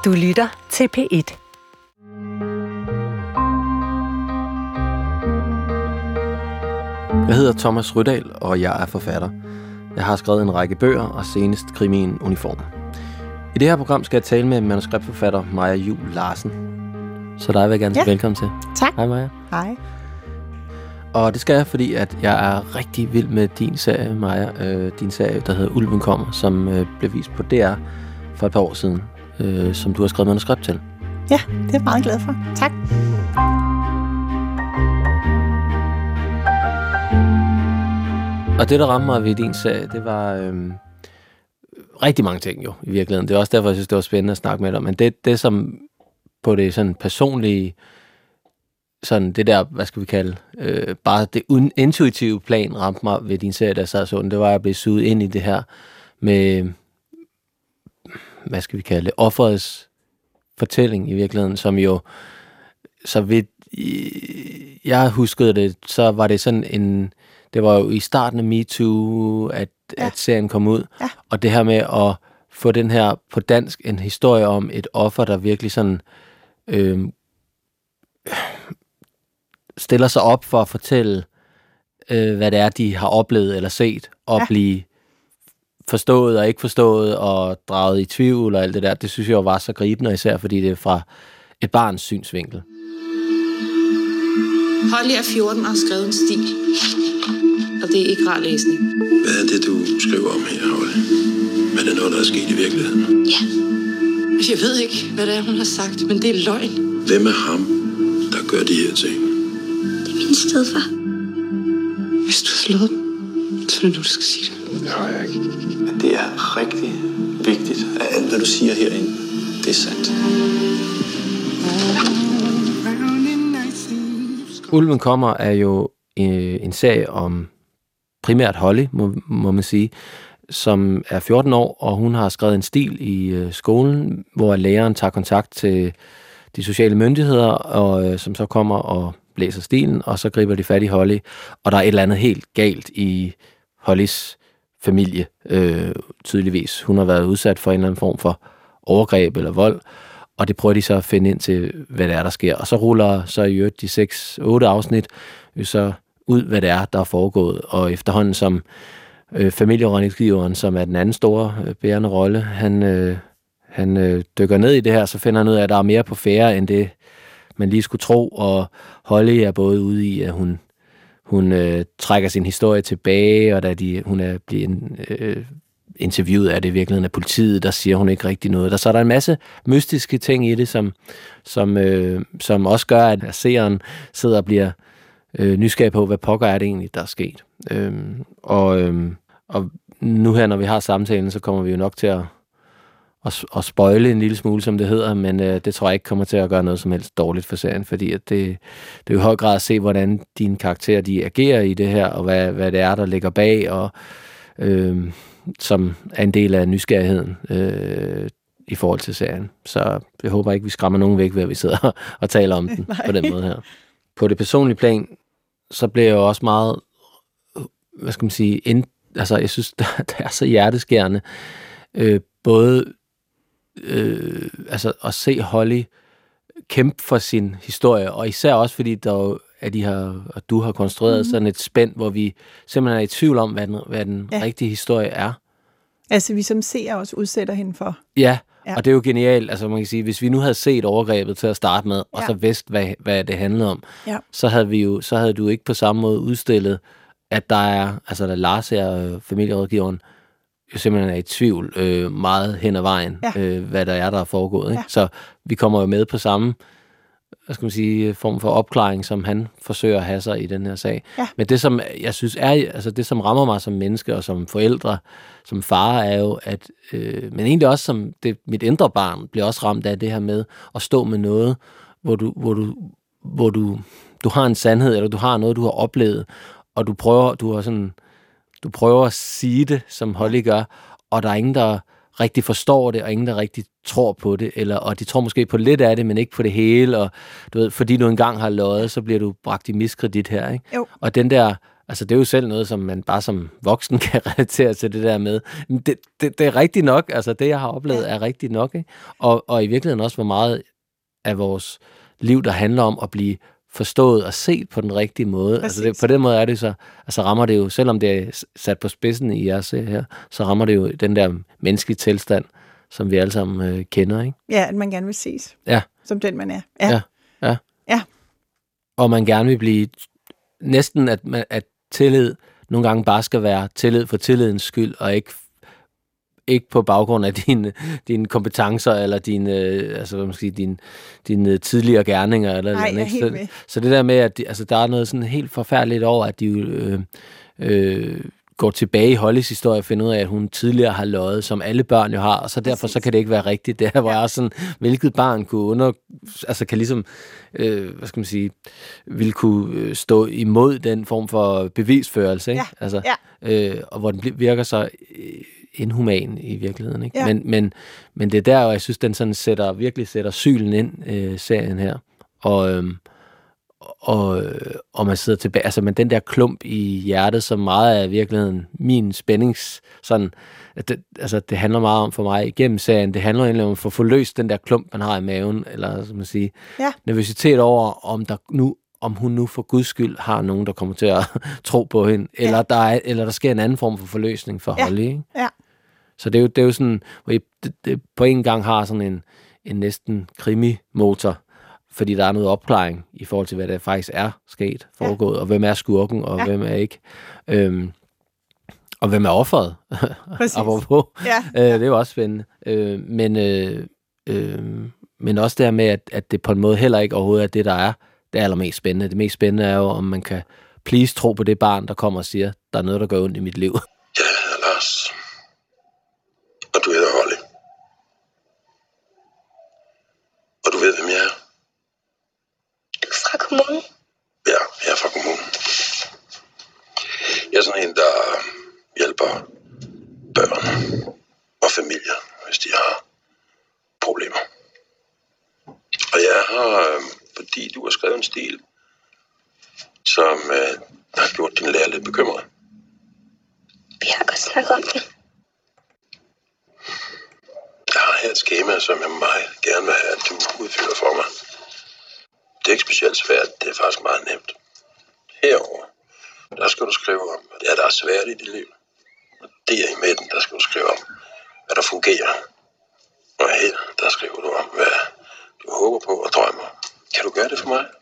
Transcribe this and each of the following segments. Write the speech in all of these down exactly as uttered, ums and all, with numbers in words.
Du lytter til P et. Jeg hedder Thomas Rydahl, og jeg er forfatter. Jeg har skrevet en række bøger, og senest krimien Uniform. I det her program skal jeg tale med manuskriptforfatter Maja Juel Larsen. Så dig vil jeg gerne sige ja. velkommen til. Tak. Hej Maja. Hej. Og det skal jeg, fordi at jeg er rigtig vild med din serie, Maja. Øh, din serie, der hedder Ulven kommer, som øh, blev vist på D R for et par år siden, øh, som du har skrevet manuskript til. Ja, det er jeg meget glad for. Tak. Og det, der ramte mig ved din serie, det var øh, rigtig mange ting jo, i virkeligheden. Det er også derfor, jeg synes, det var spændende at snakke med dig. Men det, det som på det sådan personlige, sådan det der, hvad skal vi kalde, øh, bare det intuitive plan ramte mig ved din serie, der sad sådan, det var, at jeg blev suget ind i det her med, hvad skal vi kalde det, offerets fortælling i virkeligheden, som jo, så vidt jeg huskede det, så var det sådan en, det var jo i starten af MeToo, at, ja. at serien kom ud, ja. og det her med at få den her på dansk, en historie om et offer, der virkelig sådan øh, stiller sig op for at fortælle, øh, hvad det er, de har oplevet eller set, og ja. blive forstået og ikke forstået, og draget i tvivl og alt det der. Det synes jeg var så gribende, især fordi det er fra et barns synsvinkel. Holly er fjorten og har skrevet en stil, og det er ikke rar læsning. Hvad er det, du skriver om her, Holly? Er det noget, der er sket i virkeligheden? Ja. Jeg ved ikke, hvad det er, hun har sagt, men det er løgn. Hvem er ham, der gør de her ting? Det er min stedfar. Hvis du har slået dem, så er det nu, du skal sige det. Det har jeg ikke. Men det er rigtig vigtigt, at alt, hvad du siger herinde, det er sandt. Ulven kommer er jo øh, en serie om primært Holly, må, må man sige, som er fjorten år, og hun har skrevet en stil i øh, skolen, hvor læreren tager kontakt til de sociale myndigheder, og øh, som så kommer og læser stilen, og så griber de fat i Holly, og der er et eller andet helt galt i Hollys familie, øh, tydeligvis. Hun har været udsat for en eller anden form for overgreb eller vold, og det prøver de så at finde ind til, hvad det er, der sker. Og så ruller så i øvrigt de seks otte afsnit så ud, hvad det er, der er foregået. Og efterhånden som øh, familierådgiveren, som er den anden store øh, bærende rolle, han, øh, han øh, dykker ned i det her, så finder han ud af, at der er mere på færre, end det, man lige skulle tro. Og Holly er både ude i, at hun, hun øh, trækker sin historie tilbage, og da de, hun er blevet øh, interviewet af det i virkeligheden af politiet, der siger hun ikke rigtig noget. Der så er der en masse mystiske ting i det, som, som, øh, som også gør, at seeren sidder og bliver øh, nysgerrig på, hvad pokker er det egentlig, der er sket. Øhm, og, øhm, og nu her, når vi har samtalen, så kommer vi jo nok til at, at, at spoile en lille smule, som det hedder, men øh, det tror jeg ikke kommer til at gøre noget som helst dårligt for serien, fordi at det, det er jo i høj grad at se, hvordan dine karakterer de agerer i det her, og hvad, hvad det er, der ligger bag, og øh, som er en del af nysgerrigheden øh, i forhold til serien. Så jeg håber ikke, vi skræmmer nogen væk ved, at vi sidder og, og taler om den på den måde her. På det personlige plan, så bliver jeg jo også meget, hvad skal man sige, ind, altså jeg synes, der, der er så hjerteskærende, øh, både øh, altså at se Holly kæmpe for sin historie, og især også fordi der jo, at, de har, at du har konstrueret mm-hmm. sådan et spænd, hvor vi simpelthen er i tvivl om, hvad den, hvad den ja. rigtige historie er. Altså vi som seere også udsætter hende for. Ja, ja, og det er jo genialt. Altså man kan sige, hvis vi nu havde set overgrebet til at starte med, og ja. så vidste, hvad, hvad det handlede om, ja. så havde vi jo, så havde du ikke på samme måde udstillet, at der er, altså der Lars er familierådgiveren, jo simpelthen er i tvivl øh, meget hen ad vejen, ja. øh, hvad der er, der er foregået. Ikke? Ja. Så vi kommer jo med på samme, hvad skal man sige, form for opklaring, som han forsøger at have sig i den her sag. Ja. Men det, som jeg synes er, altså det, som rammer mig som menneske og som forældre, som far, er jo, at, øh, men egentlig også som det, mit indre barn, bliver også ramt af det her med at stå med noget, hvor du, hvor du, hvor du, du har en sandhed, eller du har noget, du har oplevet, og du prøver, du har sådan, du prøver at sige det, som Holly gør, og der er ingen, der rigtig forstår det, og ingen, der rigtig tror på det, eller, og de tror måske på lidt af det, men ikke på det hele, og du ved, fordi du engang har løjet, så bliver du bragt i miskredit her, ikke? Jo. Og den der, altså det er jo selv noget, som man bare som voksen kan relatere til det der med. Det, det, det er rigtigt nok, altså det, jeg har oplevet, ja. er rigtigt nok, ikke? Og, og i virkeligheden også, hvor meget af vores liv, der handler om at blive forstået og set på den rigtige måde. Præcis. Altså det, på den måde er det så, altså rammer det jo, selvom det er sat på spidsen i jeres her, så rammer det jo den der menneskelige tilstand, som vi alle sammen øh, kender, ikke? Ja, at man gerne vil ses. Ja. Som den, man er. Ja. Ja, ja. ja. Og man gerne vil blive, næsten at, man, at tillid nogle gange bare skal være tillid for tillidens skyld, og ikke ikke på baggrund af dine, dine kompetencer, eller dine, altså, hvad man skal sige, dine, dine tidligere gerninger. Eller Nej, eller, ikke? helt med. Så, så det der med, at de, altså, der er noget sådan helt forfærdeligt over, at de øh, øh, går tilbage i Hollys historie og finder ud af, at hun tidligere har løjet, som alle børn jo har, og så derfor så kan det ikke være rigtigt. Det her, hvor ja. jeg sådan, hvilket barn kunne under, altså kan ligesom, øh, hvad skal man sige, vil kunne stå imod den form for bevisførelse, ikke? Ja. Altså, ja. øh, og hvor den virker så øh, inhuman i virkeligheden, ikke? Ja. Men, men, men det er der, og jeg synes, den sådan sætter, virkelig sætter sylen ind, øh, serien her. Og, øh, og, og man sidder tilbage, altså men den der klump i hjertet, som meget af virkeligheden, min spændings, sådan, at det, altså det handler meget om for mig igennem serien, det handler egentlig om at få forløst den der klump, man har i maven, eller som man siger, ja. nervøsitet over, om der nu om hun nu for guds skyld har nogen, der kommer til at tro på hende, ja. eller, der er, eller der sker en anden form for forløsning for ja. Holly, ikke? Ja. Så det er jo, det er jo sådan, hvor I det, det på en gang har sådan en, en næsten krimi-motor, fordi der er noget opklaring i forhold til, hvad der faktisk er sket, foregået, ja. og hvem er skurken, og ja. hvem er ikke. Øhm, og hvem er offeret? Præcis. Apropos. Ja. Øh, det er jo også spændende. Øh, men, øh, øh, men også det her med, at, at det på en måde heller ikke overhovedet er det, der er det allermest spændende. Det mest spændende er jo, om man kan please tro på det barn, der kommer og siger, der er noget, der gør ondt i mit liv. Jeg hedder Lars, og du hedder Holly. Og du ved, hvem jeg er? Fra kommunen? Ja, jeg er fra kommunen. Jeg er sådan en, der hjælper børn og familier, hvis de har problemer. Og jeg har, fordi du har skrevet en stil, som øh, har gjort din lærer lidt bekymret. Vi har godt snakket om det. Jeg har her et skema, som jeg meget gerne vil have, at du udfylder for mig. Det er ikke specielt svært, det er faktisk meget nemt. Herover, der skal du skrive om, hvad det er, der er svært i dit liv. Og der i midten, der skal du skrive om, hvad der fungerer. Og her, der skriver du om, hvad du håber på og drømmer. Kan du gøre det for mig?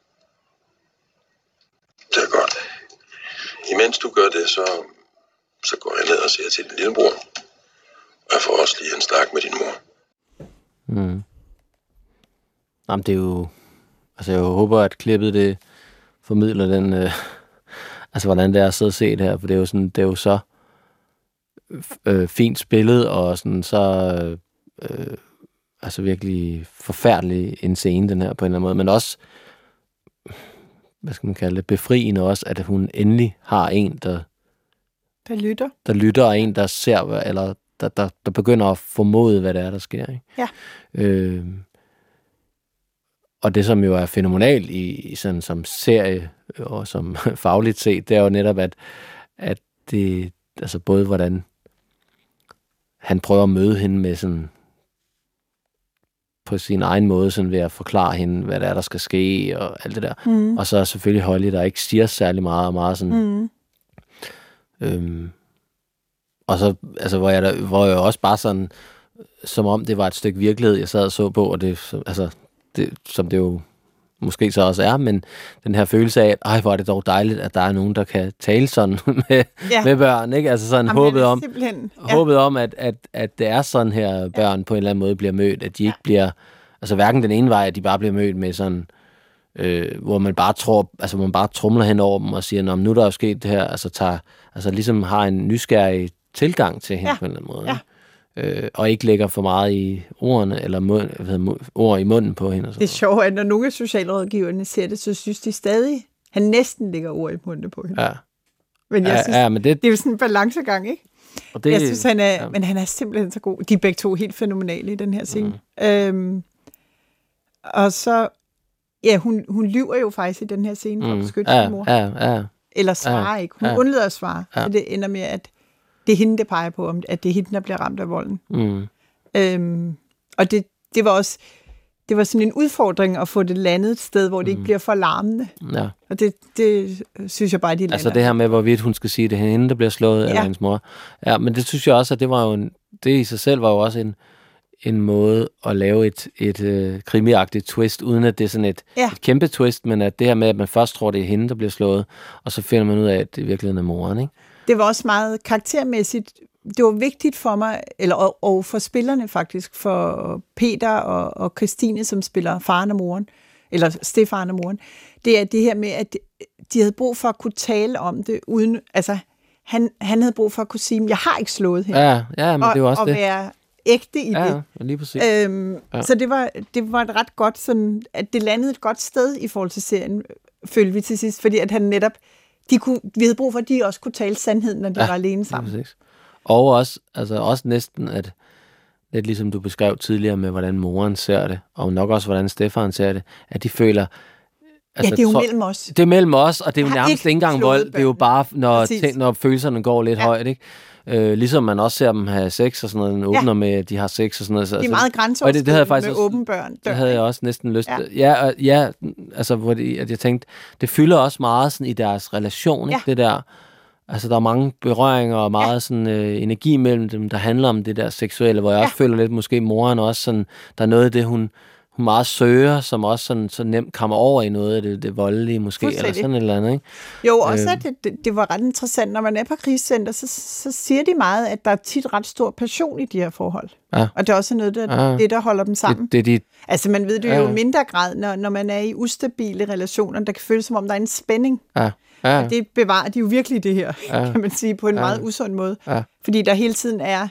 Det er godt. Imens du gør det, så, så går jeg ned og siger til din lillebror. Og jeg får også lige en snak med din mor. Mm. Jamen, det er jo... Altså, jeg håber, at klippet, det formidler den... Øh, altså, hvordan det er at sidde og se det her. For det er jo, sådan, det er jo så øh, fint spillet, og sådan så... Øh, altså, virkelig forfærdelig en scene, den her, på en eller anden måde. Men også... Hvad skal man kalde det? Befriende også, at hun endelig har en, der... Der lytter. Der lytter, og en, der ser... Eller der, der, der begynder at formode, hvad det er, der sker, ikke? Ja. Øh, Og det, som jo er fænomenalt i, i sådan som serie og som fagligt set, det er jo netop, at, at det, altså både hvordan han prøver at møde hende med sådan, på sin egen måde, sådan ved at forklare hende, hvad der er, der skal ske, og alt det der. Mm. Og så er selvfølgelig Holly, der ikke siger særlig meget, og meget sådan... Mm. Øhm, og så, altså, hvor jeg, der, hvor jeg også bare sådan, som om det var et stykke virkelighed, jeg sad og så på, og det, altså... Det, som det jo måske så også er, men den her følelse af, at ej, hvor er det dog dejligt, at der er nogen, der kan tale sådan med, ja. med børn, ikke? Altså sådan Jamen, håbet om, ja. håbet om, at, at, at det er sådan her, børn ja. på en eller anden måde bliver mødt, at de ja. ikke bliver, altså hverken den ene vej, at de bare bliver mødt med sådan, øh, hvor man bare tror, altså man bare trumler hen over dem og siger, nå, nu er der jo sket det her, altså tager, altså ligesom har en nysgerrig tilgang til hende ja. på en eller anden måde, ja. Øh, og ikke lægger for meget i ordene, eller mund, hvad hedder, ord i munden på hende. Og det er sjovt, at når nogle af socialrådgiverne ser det, så synes de stadig, han næsten lægger ord i munden på hende. Ja. Men jeg ja, synes, ja, men det, det er jo sådan en balancegang, ikke? Og det, jeg synes, han er, ja. men han er simpelthen så god. De er begge to helt fænomenale i den her scene. Mm. Øhm, og så, ja, hun, hun lyver jo faktisk i den her scene for at beskytte ja, sin mor. Ja, ja. eller svarer Ja. ikke. Hun Ja. undlader at svare, Ja. så det ender med, at det er hende, der peger på, om at det er hende, der bliver ramt af volden. Mm. Øhm, og det, det var også det var sådan en udfordring at få det landet et sted, hvor det ikke bliver for larmende. Ja. Og det, det synes jeg bare, de lander. Altså det her med, hvorvidt hun skal sige, det er hende, der bliver slået, ja. eller hendes mor. Ja, men det synes jeg også, at det var jo en, det i sig selv var jo også en, en måde at lave et, et øh, krimiagtigt twist, uden at det er sådan et, Ja. et kæmpe twist, men at det her med, at man først tror, det er hende, der bliver slået, og så finder man ud af, at det i virkeligheden er moren, ikke? Det var også meget karaktermæssigt. Det var vigtigt for mig, eller og, og for spillerne faktisk, for Peter og, og Christine, som spiller faren og moren, eller stefaren og moren, det er det her med, at de havde brug for at kunne tale om det, uden, altså, han, han havde brug for at kunne sige, jeg har ikke slået hende. Ja, ja, men og, det er jo også og det. Og være ægte i Ja, det. ja, lige præcis. Øhm, Ja. Så det var, det var et ret godt, sådan, at det landede et godt sted i forhold til serien, følte vi til sidst, fordi at han netop, de kunne, vi havde brug for, at de også kunne tale sandheden, når de Ja, var alene lige sammen. præcis. Og også, altså også næsten, at lidt ligesom du beskrev tidligere med, hvordan moren ser det, og nok også, hvordan Stefan ser det, at de føler... Altså, ja, det er jo tror, mellem os. Det er mellem os, og det er jo Jeg har nærmest ikke ikke engang slået vold. Det er jo bare, når, Præcis. ting, når følelserne går lidt Ja. højt, ikke? Øh, ligesom man også ser dem have sex og sådan noget, den åbner Ja. med, at de har sex og sådan noget. Så, De er altså, meget og det, grænseoverskridende det havde jeg faktisk med også, åben børn. det havde jeg også næsten lyst Ja. til. Ja, og, ja, altså, hvor det, at jeg tænkte, det fylder også meget sådan, i deres relation, ikke? Ja. Det der. Altså, der er mange berøringer og meget ja. sådan, øh, energi mellem dem, der handler om det der seksuelle, hvor jeg Ja. også føler lidt, måske moren også sådan, der er noget af det, hun, hun meget søger, som også sådan, så nemt kommer over i noget af det, det voldelige måske, eller Fuldstændig. sådan et eller andet, ikke? Jo, også Øh. at det, det, det var ret interessant, når man er på krigscenter, så, så siger de meget, at der er tit ret stor passion i de her forhold. Ja. Og det er også noget, der, Ja. det, der holder dem sammen. Det, det er de, Altså, man ved det Ja. jo i mindre grad, når, når man er i ustabile relationer, der kan føles som om, der er en spænding. ja, ja, Og det bevarer de jo virkelig det her, Ja. kan man sige, på en Ja. meget usund måde. ja, Fordi der hele tiden er,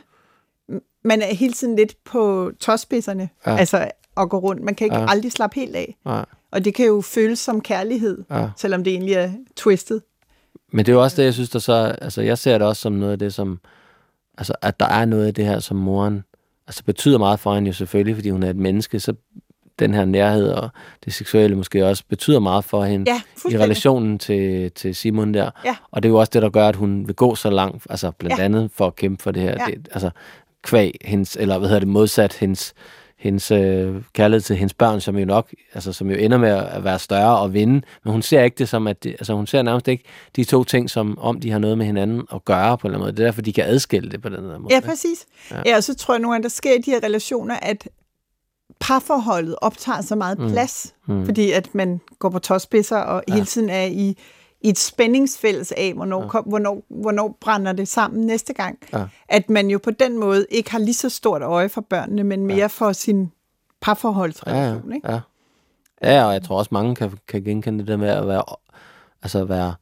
man er hele tiden lidt på tåspidserne, Ja. altså at gå rundt. Man kan ikke Ja. aldrig slappe helt af. ja. Og det kan jo føles som kærlighed, Ja. selvom det egentlig er twistet. Men det er jo også det, jeg synes, der så... Altså, jeg ser det også som noget af det, som... Altså, at der er noget af det her, som moren... Altså, betyder meget for hende jo selvfølgelig, fordi hun er et menneske, så den her nærhed og det seksuelle måske også betyder meget for hende Ja, i fuldstændig. relationen til, til Simon der. Ja. Og det er jo også det, der gør, at hun vil gå så langt, altså blandt Ja. andet for at kæmpe for det her. Ja. Det, altså, kvæg hendes, eller hvad hedder det, modsat hendes, hendes øh, kærlighed til hendes børn, som jo nok, altså som jo ender med at være større og vinde, men hun ser ikke det som, at det, altså hun ser nærmest ikke de to ting, som om de har noget med hinanden at gøre på en eller anden måde. Det er derfor, de kan adskille det på den her måde. Ja, præcis. Ja. ja, og så tror jeg nogle gange, der sker i de her relationer, at parforholdet optager så meget Mm. plads, Mm. fordi at man går på tåspidser og Ja. hele tiden er i, i et spændingsfælles af, hvornår, Ja. kom, hvornår, hvornår brænder det sammen næste gang. Ja. At man jo på den måde ikke har lige så stort øje for børnene, men mere Ja. for sin parforholdsrelation. Ja, Ikke? ja. Ja, og jeg tror også, mange kan, kan genkende det der med at være, altså at være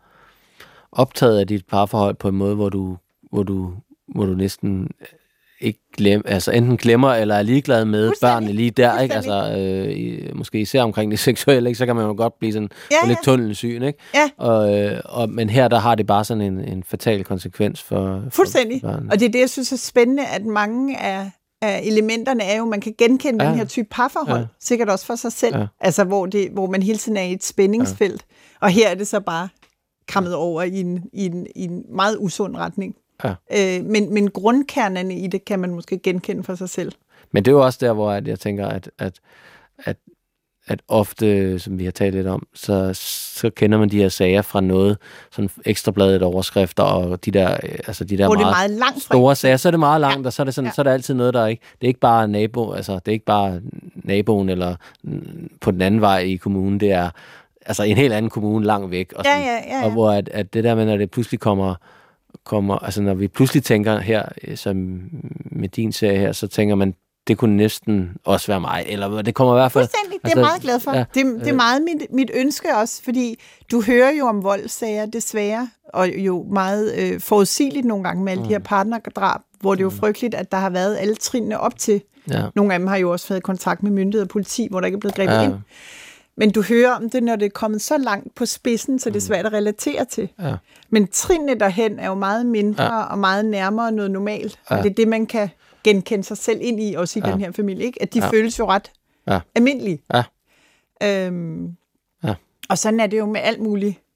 optaget af dit parforhold på en måde, hvor du, hvor du, hvor du næsten ikke glemmer, altså enten glemmer eller er ligeglad med Fuldstændig. børnene lige der, ikke? Fuldstændig. Altså, øh, i, måske især omkring det seksuelle, ikke? Så kan man jo godt blive sådan Ja, ja, lidt ja. tunnelsyn, ikke? Ja. Og, øh, og, men her, der har det bare sådan en, en fatal konsekvens for, Fuldstændig. for børnene. Og det er det, jeg synes er spændende, at mange af, af elementerne er jo, man kan genkende Ja. den her type parforhold, Ja. sikkert også for sig selv, Ja. altså hvor, det, hvor man hele tiden er i et spændingsfelt. Og her er det så bare krammet over i en, i en, i en meget usund retning. Ja. Øh, men, men grundkernerne i det kan man måske genkende for sig selv. Men det er jo også der, hvor at jeg tænker, at, at, at, at ofte, som vi har talt lidt om, så, så kender man de her sager fra noget, sådan ekstrabladet overskrifter, og de der, øh, altså de der Hvor det er meget, meget langt fra. store sager, så er det meget langt, Ja. ja. og så er det, sådan, Ja. ja. så er det altid noget, der er ikke, det er ikke bare nabo, altså det er ikke bare naboen, eller mm, på den anden vej i kommunen, det er altså en helt anden kommune langt væk, og, Ja, sådan, ja, ja, ja. og hvor at, at det der med, når det pludselig kommer, kommer, altså når vi pludselig tænker her, øh, som med din serie her, så tænker man, det kunne næsten også være mig, eller det kommer i hvert fald... Fuldstændig, det er altså, jeg meget glad for. ja, det, det er meget mit, mit ønske også, fordi du hører jo om voldssager, desværre, og jo meget øh, forudsigeligt nogle gange med alle mm. de her partnerdrab, hvor det er jo frygteligt, at der har været alle trinene op til. Ja. Nogle af dem har jo også været kontakt med myndigheder og politi, hvor der ikke er blevet grebet Ja. ind. Men du hører om det, når det er kommet så langt på spidsen, så det er svært at relatere til. Ja. Men trinene derhen er jo meget mindre Ja. og meget nærmere noget normalt. Ja. Og det er det, man kan genkende sig selv ind i, også i Ja. den her familie. Ikke? At de Ja. føles jo ret Ja. almindelige. Ja. Øhm, Ja. Og sådan er det jo med alt muligt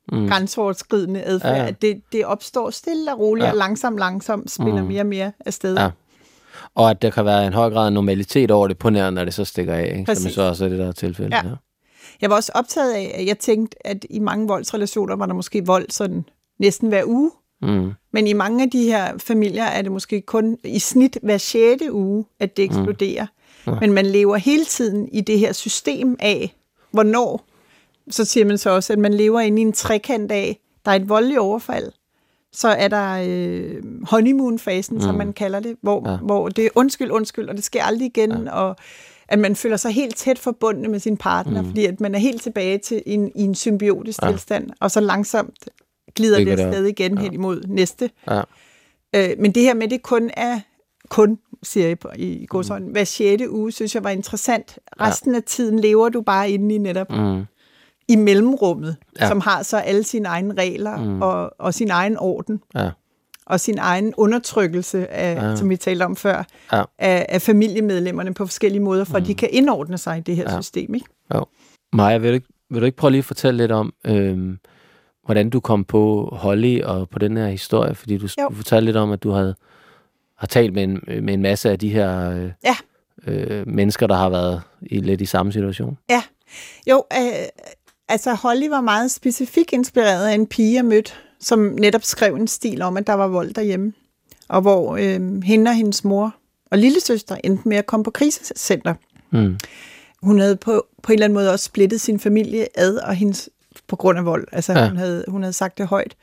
mm. grænseoverskridende adfærd. Ja. Det, det opstår stille og roligt, ja. og langsomt, langsomt spiller mm. mere og mere afsted. Ja. Og at der kan være en høj grad af normalitet over det på nær, når det så stikker af, ikke? Som så også er det der tilfælde. Ja. Ja. Jeg var også optaget af, at jeg tænkte, at i mange voldsrelationer var der måske vold sådan næsten hver uge. Mm. Men i mange af de her familier er det måske kun i snit hver sjette uge, at det eksploderer. Mm. Ja. Men man lever hele tiden i det her system af, hvornår, så siger man så også, at man lever inde i en trekant af, der er et voldeligt overfald. Så er der øh, honeymoon-fasen, mm. som man kalder det, hvor, ja. hvor det er undskyld, undskyld, og det sker aldrig igen, ja. og at man føler sig helt tæt forbundet med sin partner, mm. fordi at man er helt tilbage til en, i en symbiotisk ja. tilstand, og så langsomt glider det afsted igen ja. hen imod næste. Ja. Øh, men det her med, det kun er, kun, siger jeg i godsøjne, mm. hver sjette uge, synes jeg var interessant. Resten ja. af tiden lever du bare inde i netop mm. i mellemrummet, ja. som har så alle sine egne regler mm. og, og sin egen orden. Ja. Og sin egen undertrykkelse, af, ja. som vi talte om før, ja. af, af familiemedlemmerne på forskellige måder, for mm. at de kan indordne sig i det her ja. system. Ikke? Jo. Maja, vil du, ikke, vil du ikke prøve lige at fortælle lidt om, øhm, hvordan du kom på Holly og på den her historie? Fordi du, du fortalte lidt om, at du havde, har talt med en, med en masse af de her øh, ja. øh, mennesker, der har været i lidt i samme situation. Ja. Jo, øh, altså Holly var meget specifikt inspireret af en pige, jeg mødte, som netop skrev en stil om, at der var vold derhjemme. Og hvor øh, hende og hendes mor og lillesøster endte med at komme på krisecenter. Mm. Hun havde på, på en eller anden måde også splittet sin familie ad, og hendes, på grund af vold. Altså ja. hun, havde, hun havde sagt det højt.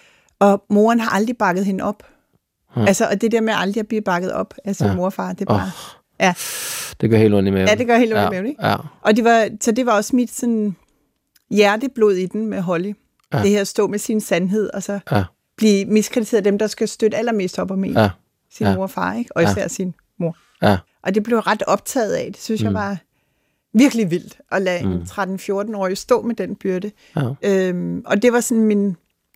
Og moren har aldrig bakket hende op. Ja. Altså, og det der med aldrig at blive bakket op af sin ja. mor og far, det er bare... Oh. Ja. Det gør helt ondt i maven. Ja, det gør helt ondt ja. i maven, ikke? Ja. Og det var, så det var også mit sådan, hjerteblod i den med Holly. Ja. Det her at stå med sin sandhed, og så ja. blive miskrediteret af dem, der skal støtte allermest op om en. Ja. Sin ja. mor og far, ikke? Og især ja. sin mor. Ja. Og det blev ret optaget af. Det synes mm. jeg var virkelig vildt, at lade mm. en tretten-fjorten-årig stå med den byrde. Ja. Øhm, og det var sådan min...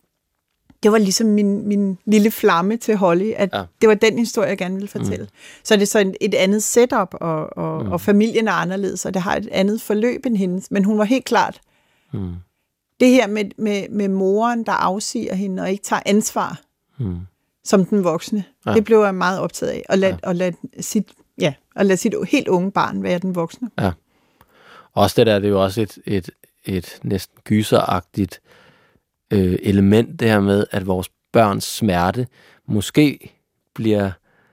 Det var ligesom min, min lille flamme til Holly, at ja. det var den historie, jeg gerne ville fortælle. Mm. Så er det så et, et andet setup, og, og, mm. og familien er anderledes, og det har et andet forløb end hendes. Men hun var helt klart... Mm. Det her med, med, med moren, der afsiger hende og ikke tager ansvar mm. som den voksne, ja. det blev jeg meget optaget af. At lade, ja. at lade, sit, ja, at lade sit helt unge barn være den voksne. Ja. Også det der, det er jo også et, et, et næsten gyseragtigt øh, element, det her med, at vores børns smerte måske bliver,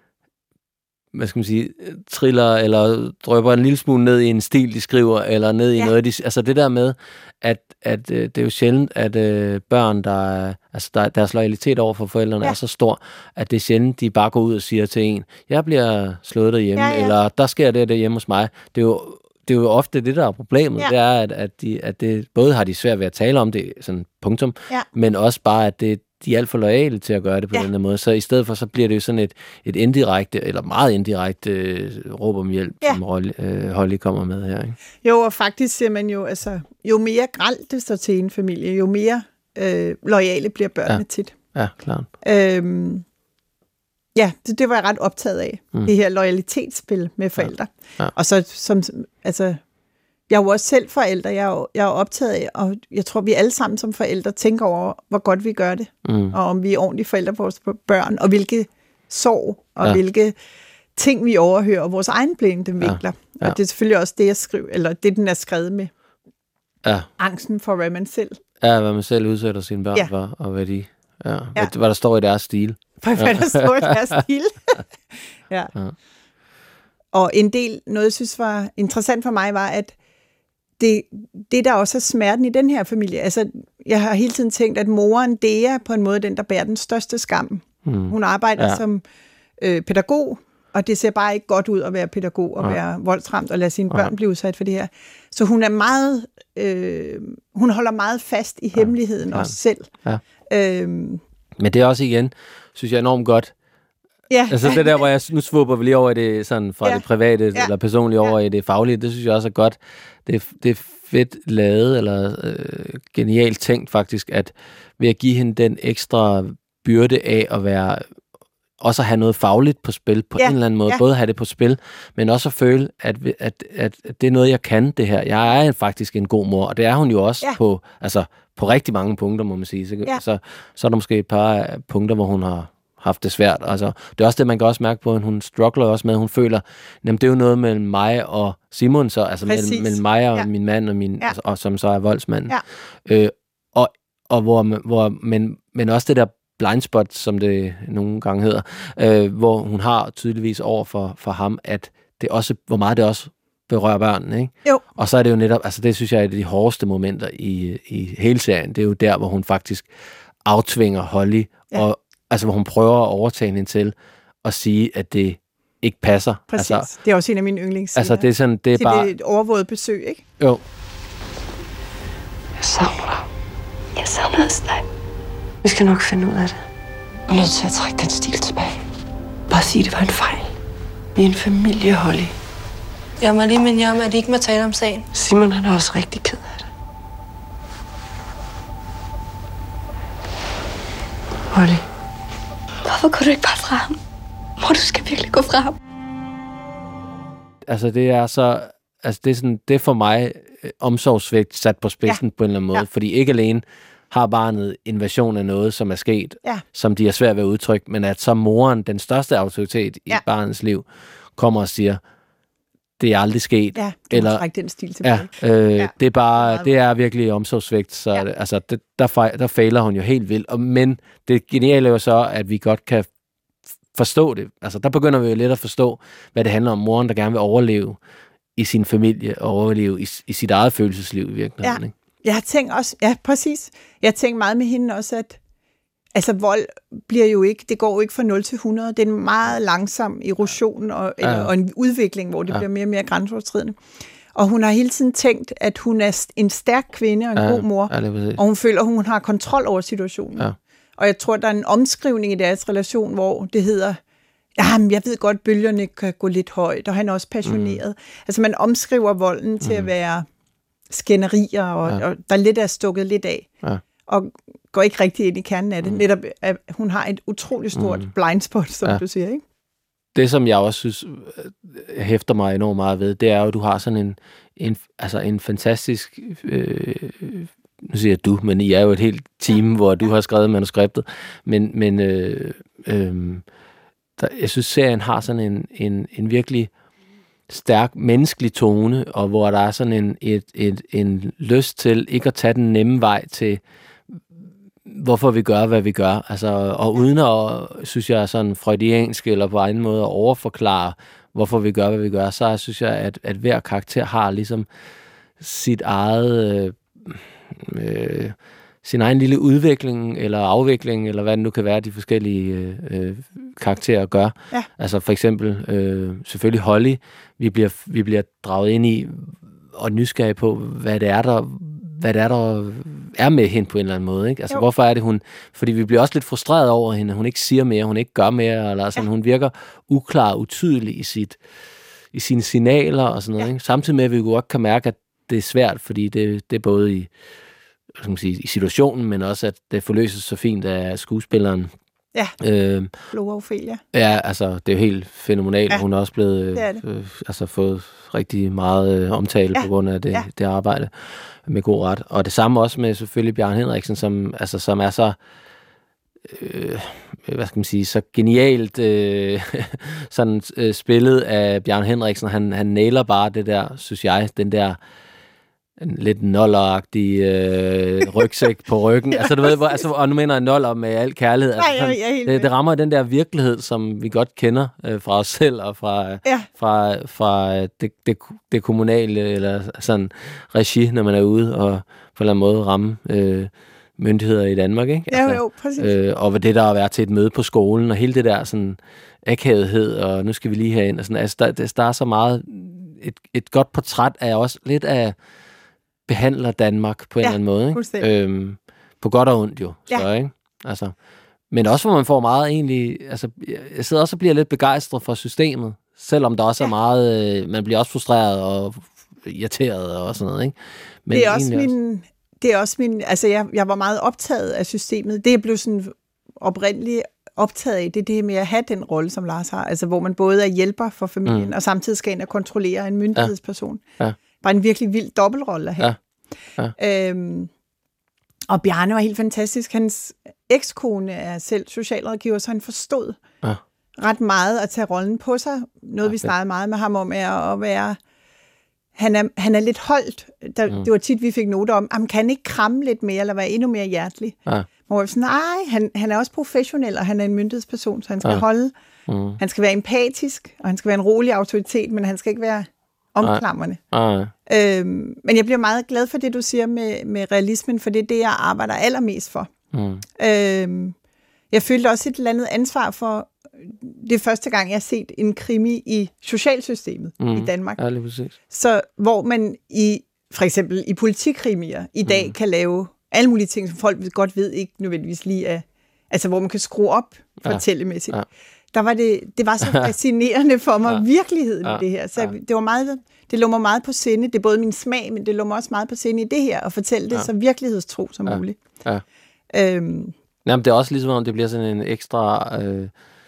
hvad skal man sige, triller eller drøber en lille smule ned i en stil, de skriver, eller ned i ja. noget, de, altså det der med, at, at øh, det er jo sjældent, at øh, børn, der, altså der, deres loyalitet over for forældrene ja. er så stor, at det er sjældent, de bare går ud og siger til en, jeg bliver slået derhjemme, ja, ja. eller der sker det derhjemme hos mig. Det er jo, det er jo ofte det, der er problemet, ja. det er, at, at, de, at det, både har de svært ved at tale om det, sådan punktum, ja. men også bare, at det de er alt for loyale til at gøre det på ja. den her måde. Så i stedet for, så bliver det jo sådan et, et indirekte, eller meget indirekte øh, råb om hjælp, ja. som Holly, øh, Holly kommer med her. Ikke? Jo, og faktisk ser man jo, altså, jo mere grelt det står til en familie, jo mere øh, loyale bliver børnene ja. tit. Ja, klart. Øhm, ja, det, det var jeg ret optaget af. Mm. Det her loyalitetsspil med forældre. Ja. Ja. Og så, som, altså... Jeg er jo også selv forældre, jeg er, jo, jeg er optaget af, og jeg tror, vi alle sammen som forældre tænker over, hvor godt vi gør det, mm. og om vi er ordentlige forældre for vores børn, og hvilke sorg, og ja. hvilke ting vi overhører, og vores egen blinde vinkler. Ja. Ja. Og det er selvfølgelig også det, jeg skriver, eller det, den er skrevet med. Ja. Angsten for, hvad man selv... Ja, hvad man selv udsætter sine børn ja. for, og hvad de... Ja. Ja. Hvad der står i deres stil. Hvad der står i deres stil. ja. ja. Og en del, noget jeg synes var interessant for mig, var, at Det, det der også er smerten i den her familie, altså jeg har hele tiden tænkt, at moren, det er på en måde den, der bærer den største skam. Mm. Hun arbejder ja. som øh, pædagog, og det ser bare ikke godt ud at være pædagog og ja. være voldsramt og lade sine børn ja. blive udsat for det her. Så hun er meget, øh, hun holder meget fast i hemmeligheden ja. også selv. Ja. Øhm. Men det er også igen, synes jeg enormt godt. Ja. Altså det der, hvor jeg nu svupper vi lige over i det sådan fra ja. det private ja. eller personlige over ja. i det faglige, det synes jeg også er godt. Det er, det er fedt lavet, eller øh, genialt tænkt faktisk, at ved at give hende den ekstra byrde af at være, også at have noget fagligt på spil, på ja. en eller anden måde, ja. både have det på spil, men også at føle, at, at, at, at det er noget, jeg kan, det her. Jeg er faktisk en god mor, og det er hun jo også ja. på, altså på rigtig mange punkter, må man sige. Så, Ja. så, så er der måske et par punkter, hvor hun har haft det svært. Altså, det er også det, man kan også mærke på, at hun struggler også med, at hun føler, jamen det er jo noget mellem mig og Simon, så, altså mellem, mellem mig og ja. min mand, og, min, ja. altså, og som så er voldsmanden. Ja. Øh, og og hvor, hvor, men, men også det der blindspot, som det nogle gange hedder, øh, hvor hun har tydeligvis over for, for ham, at det også, hvor meget det også berører børnene, ikke? Jo. Og så er det jo netop, altså det synes jeg er de hårdeste momenter i, i hele serien. Det er jo der, hvor hun faktisk aftvinger Holly, ja. og altså hvor hun prøver at overtale hende til at sige, at det ikke passer. Præcis. Altså, det er også en af mine yndlingsscener. Altså det er sådan, det er til bare... det er et overvåget besøg, ikke? Jo. Jeg savner dig. Jeg savner også dig. Vi skal nok finde ud af det. Jeg er nødt til at trække den stil tilbage. Bare sige, det var en fejl. Vi er en familie, Holly. Jeg må lige minde jer om, at I ikke må tale om sagen. Simon, han er også rigtig ked af det. Holly. Hvorfor går du ikke bare fra ham? Mor, du skal virkelig gå fra ham. Altså det er så... Altså det er, sådan, det er for mig øh, omsorgsvægt sat på spidsen ja. på en eller anden måde. Ja. Fordi ikke alene har barnet en version af noget, som er sket, ja. som de er svært ved at udtrykke, men at så moren, den største autoritet ja. i barnets liv, kommer og siger, det er aldrig sket. Ja, du eller, må trække den stil tilbage. Ja, øh, ja. Det, er bare, det er virkelig omsorgsvægt, så ja. det, altså, det, der, fejl, der fejler hun jo helt vildt. Og, men det geniale er jo så, at vi godt kan forstå det. Altså der begynder vi jo lidt at forstå, hvad det handler om. Moren, der gerne vil overleve i sin familie, og overleve i, i sit eget følelsesliv i virkeligheden. Ja. Ikke? Jeg har tænkt også, ja, præcis. Jeg har tænkt meget med hende også, at altså vold bliver jo ikke, det går jo ikke fra nul til hundrede. Det er en meget langsom erosion og, ja, ja. og en udvikling, hvor det ja. bliver mere og mere grænseoverskridende. Og hun har hele tiden tænkt, at hun er en stærk kvinde og en ja, god mor, ja, og hun føler, at hun har kontrol over situationen. Ja. Og jeg tror, der er en omskrivning i deres relation, hvor det hedder, jamen, jeg ved godt, at bølgerne kan gå lidt højt, og han er også passioneret. Mm. Altså, man omskriver volden til mm. at være skænderier, og, ja. og der lidt er stukket lidt af. Ja. Og går ikke rigtig ind i kernen af det. Mm. Netop, at hun har et utroligt stort mm. blindspot, som ja. du siger, ikke? Det, som jeg også synes, hæfter mig enormt meget ved, det er jo, at du har sådan en, en, altså en fantastisk... Øh, nu siger jeg du, men I er jo et helt team, ja. hvor du har skrevet manuskriptet. Men, men øh, øh, der, jeg synes, serien har sådan en, en, en virkelig stærk menneskelig tone, og hvor der er sådan en, et, et, en lyst til ikke at tage den nemme vej til, hvorfor vi gør, hvad vi gør. Altså, og uden at, synes jeg, sådan freudiansk eller på en måde at overforklare, hvorfor vi gør, hvad vi gør, så synes jeg, at, at hver karakter har ligesom sit eget... Øh, øh, sin egen lille udvikling eller afvikling, eller hvad det nu kan være, de forskellige øh, karakterer gør. Ja. Altså for eksempel, øh, selvfølgelig Holly, vi bliver, vi bliver draget ind i og nysgerrige på, hvad det er, der, hvad det er, der er med hende på en eller anden måde. Ikke? Altså jo. Hvorfor er det hun... Fordi vi bliver også lidt frustreret over hende, hun ikke siger mere, hun ikke gør mere, eller sådan, ja. Hun virker uklar, utydelig i, sit, i sine signaler og sådan noget. Ja. Ikke? Samtidig med, at vi godt kan mærke, at det er svært, fordi det, det er både i skal man sige, i situationen, men også, at det forløses så fint af skuespilleren. Ja, øh, Flora Ophelia. Ja, altså, det er jo helt fænomenalt. Ja. Hun er også blevet det det. Øh, altså, fået rigtig meget øh, omtale ja. på grund af det, ja. det arbejde med god ret. Og det samme også med selvfølgelig Bjarne Henriksen, som, altså, som er så øh, hvad skal man sige, så genialt øh, sådan øh, spillet af Bjarne Henriksen. Han, han nailer bare det der, synes jeg, den der en lidt nolleragtig øh, rygsæk på ryggen. Ja, altså, du ved, hvor, altså, og nu mener jeg noller med al kærlighed. Altså, sådan, Nej, jeg, jeg det, det rammer den der virkelighed, som vi godt kender øh, fra os selv og fra, ja. fra, fra det, det, det kommunale eller sådan regi, når man er ude og på en eller anden måde ramme øh, myndigheder i Danmark. Ikke? Altså, ja, jo, præcis. Øh, og hvad det der at være til et møde på skolen, og hele det der sådan akavethed, og nu skal vi lige herind. Og sådan, altså, der, der er så meget... Et, et godt portræt er også lidt af behandler Danmark på en ja, eller anden måde. Ikke? Øhm, på godt og ondt jo. Så, ja. Ikke? Altså, men også hvor man får meget egentlig... Altså, jeg sidder også og bliver lidt begejstret for systemet, selvom der også ja. er meget... Øh, man bliver også frustreret og irriteret og sådan noget. Ikke? Men det er også min... Også, det er også min... Altså, jeg, jeg var meget optaget af systemet. Det er blevet sådan oprindeligt optaget af, det er det med at have den rolle, som Lars har. Altså, hvor man både er hjælper for familien, mm. og samtidig skal ind og kontrollere en myndighedsperson. Ja. Ja. Bare en virkelig vild dobbeltrolle at have. Ja. Ja. Øhm, Og Bjarne var helt fantastisk. Hans ekskone er selv socialrådgiver, så han forstod ja. ret meget at tage rollen på sig. Noget, ja, vi snakkede meget med ham om, er at være... Han er, han er lidt holdt. Der, mm. Det var tit, vi fik noter om, at kan han ikke kramme lidt mere, eller være endnu mere hjertelig? Ja. Hvor vi sådan, nej, han, han er også professionel, og han er en myndighedsperson, så han skal ja. holde. Mm. Han skal være empatisk, og han skal være en rolig autoritet, men han skal ikke være omklamrende. Ja. Øhm, men jeg bliver meget glad for det, du siger med, med realismen, for det er det, jeg arbejder allermest for. Mm. Øhm, jeg følte også et eller andet ansvar for, det er første gang, jeg har set en krimi i socialsystemet mm. i Danmark. Ja, lige præcis. Så hvor man i, for eksempel i politikrimier i dag mm. kan lave alle mulige ting, som folk godt ved ikke nødvendigvis lige er, altså hvor man kan skrue op fortællemæssigt. Ja. Ja. Der var det, det var så fascinerende for mig, ja. virkeligheden ja. i det her. Så ja. det var meget, det lå mig meget på sinde. Det er både min smag, men det lå mig også meget på sinde i det her, at fortælle det ja. så virkelighedstro som ja. muligt. Ja. Øhm. Jamen, det er også ligesom, om det bliver sådan en ekstra, øh,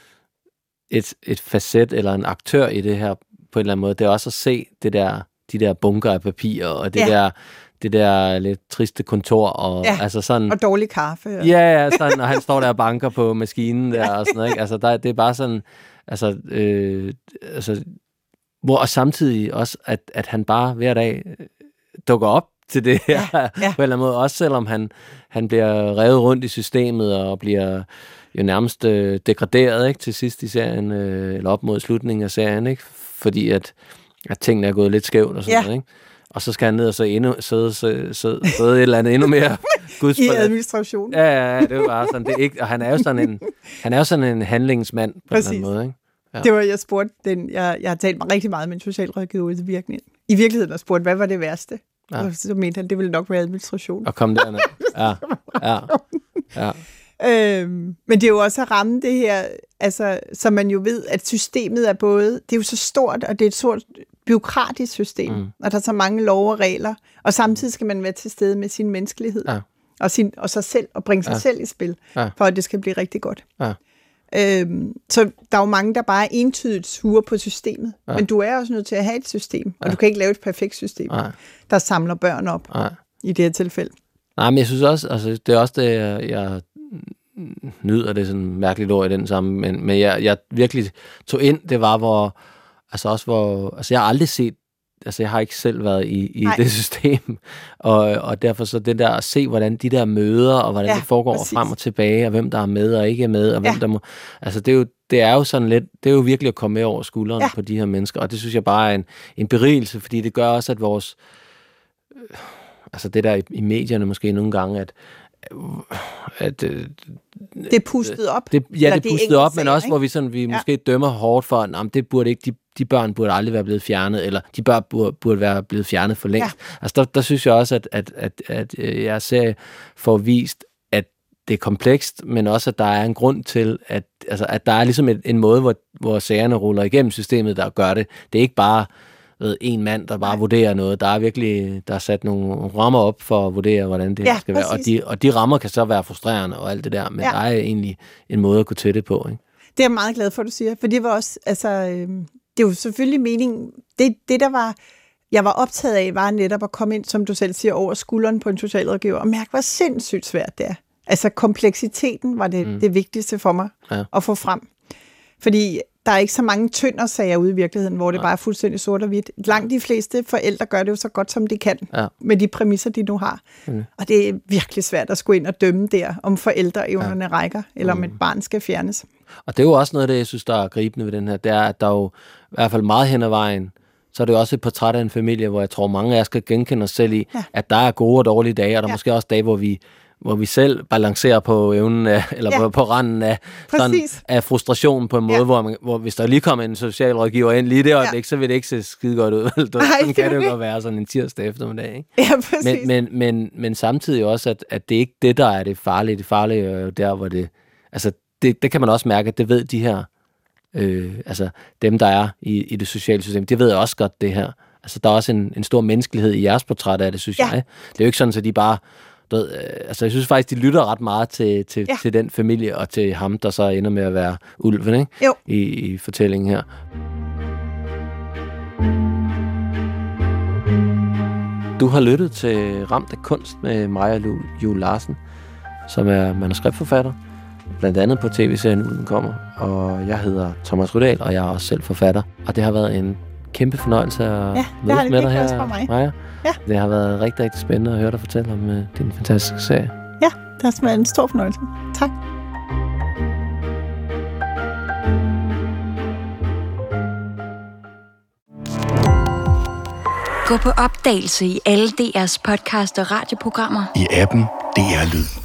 et, et facet eller en aktør i det her, på en eller anden måde. Det er også at se det der, de der bunker af papir, og det ja. der... det der lidt triste kontor, og ja, altså sådan... og dårlig kaffe. Og... Ja, ja, sådan, og han står der og banker på maskinen der, og sådan noget, ikke? Altså, der, det er bare sådan, altså, øh, altså, hvor, og samtidig også, at, at han bare hver dag dukker op til det her, ja, ja. på en eller anden måde, også selvom han, han bliver revet rundt i systemet, og bliver jo nærmest øh, degraderet, ikke, til sidst i serien, øh, eller op mod slutningen af serien, ikke, fordi at, at tingene er gået lidt skævt, og sådan ja. noget, ikke? Og så skal han ned og så endnu, sidde, sidde, sidde, sidde et eller andet endnu mere gudsforladt. I administration. Ja, ja, det var bare sådan. Det er ikke, og han er jo sådan en, han er jo sådan en handlingsmand på Præcis. en eller anden måde. Ikke? Ja. Det var, jeg spurgte den, jeg, jeg har talt mig rigtig meget med en socialrådgiver i virkeligheden. I virkeligheden har spurgt, hvad var det værste? Ja. Og så mente han, det ville nok være administration. Og kom derned. Ja, ja, ja. Øhm, men det er jo også at ramme det her, altså, så man jo ved, at systemet er både, det er jo så stort, og det er et stort bureaukratisk system, mm. og der er så mange love og regler, og samtidig skal man være til stede med sin menneskelighed, ja. og, sin, og sig selv, og bringe sig ja. selv i spil, ja. for at det skal blive rigtig godt. Ja. Øhm, så der er jo mange, der bare er entydigt sure på systemet, ja. men du er også nødt til at have et system, og ja. du kan ikke lave et perfekt system, ja. der samler børn op ja. i det her tilfælde. Nej, men jeg synes også, altså, det er også det, jeg, jeg nyder det sådan mærkeligt ord i den sammen, men, men jeg, jeg virkelig tog ind, det var, hvor altså også hvor, altså jeg har aldrig set, altså jeg har ikke selv været i, i det system, og, og derfor så det der at se, hvordan de der møder, og hvordan ja, det foregår præcis. frem og tilbage, og hvem der er med og ikke er med, og hvem ja. der må, altså det er jo, det er jo sådan lidt, det er jo virkelig at komme med over skulderen ja. på de her mennesker, og det synes jeg bare er en, en berigelse, fordi det gør også, at vores, øh, altså det der i, i medierne måske nogle gange, at at øh, det er pustet op. Det, ja, det er pustet op, men også, ikke? Hvor vi, sådan, vi ja. måske dømmer hårdt for, at det burde ikke, de, de børn burde aldrig være blevet fjernet, eller de børn burde, burde være blevet fjernet for længst. Ja. Altså, der, der synes jeg også, at, at, at, at jeg ser får vist, at det er komplekst, men også, at der er en grund til, at, altså, at der er ligesom et, en måde, hvor, hvor sagerne ruller igennem systemet, der gør det. Det er ikke bare ved, en mand, der bare Nej. vurderer noget. Der er virkelig, der er sat nogle rammer op for at vurdere, hvordan det ja, skal præcis. være. Og de, og de rammer kan så være frustrerende og alt det der, men ja. der er egentlig en måde at gå til det på. Ikke? Det er jeg meget glad for, at du siger, for det var også, altså, øh, det er jo selvfølgelig meningen, det, det der var, jeg var optaget af, var netop at komme ind, som du selv siger, over skulderen på en socialrådgiver, og mærke, hvor sindssygt svært det er. Altså, kompleksiteten var det, mm. det vigtigste for mig ja. at få frem. Fordi der er ikke så mange tøndersager ude i virkeligheden, hvor det ja. bare er fuldstændig sort og hvidt. Langt de fleste forældre gør det jo så godt, som de kan, ja. med de præmisser, de nu har. Mm. Og det er virkelig svært at skulle ind og dømme der, om forældreevnerne ja. rækker, eller mm. om et barn skal fjernes. Og det er jo også noget af det, jeg synes, der er gribende ved den her, det er, at der jo i hvert fald meget hen ad vejen, så er det jo også et portræt af en familie, hvor jeg tror, mange af jer skal genkende os selv i, ja. at der er gode og dårlige dage, og der er ja. måske også dage, hvor vi hvor vi selv balancerer på evnen af, eller ja. på, på randen af, sådan, af frustration på en måde, ja. hvor, man, hvor hvis der lige kommer en socialrådgiver ind lige der øjeblik, ja. så vil det ikke se skide godt ud. Sådan kan det jo godt være sådan en tirsdag eftermiddag. Ikke? Ja, præcis. Men, men, men, men samtidig også, at, at det ikke det, der er det farlige. Det farlige er jo der, hvor det... Altså, det, det kan man også mærke, at det ved de her... Øh, altså, dem, der er i, i det sociale system, det ved jeg også godt, det her. Altså, der er også en, en stor menneskelighed i jeres portræt af det, synes ja. jeg. Det er jo ikke sådan, at de bare... Ved, altså jeg synes faktisk, de lytter ret meget til, til, ja. til den familie, og til ham, der så ender med at være ulven, ikke? Jo. I, i fortællingen her. Du har lyttet til Ramt af kunst med Maja Juel Larsen, som er manuskriptforfatter, blandt andet på tv-serien Ulven kommer. Og jeg hedder Thomas Rydahl, og jeg er også selv forfatter. Og det har været en kæmpe fornøjelse at ja, mødes med dig her, Maja. Ja. Det har været rigtig, rigtig spændende at høre dig fortælle om uh, din fantastiske serie. Ja, det har været en stor fornøjelse. Tak. Gå på opdagelse i alle D R's podcast og radioprogrammer. I appen D R Lyd.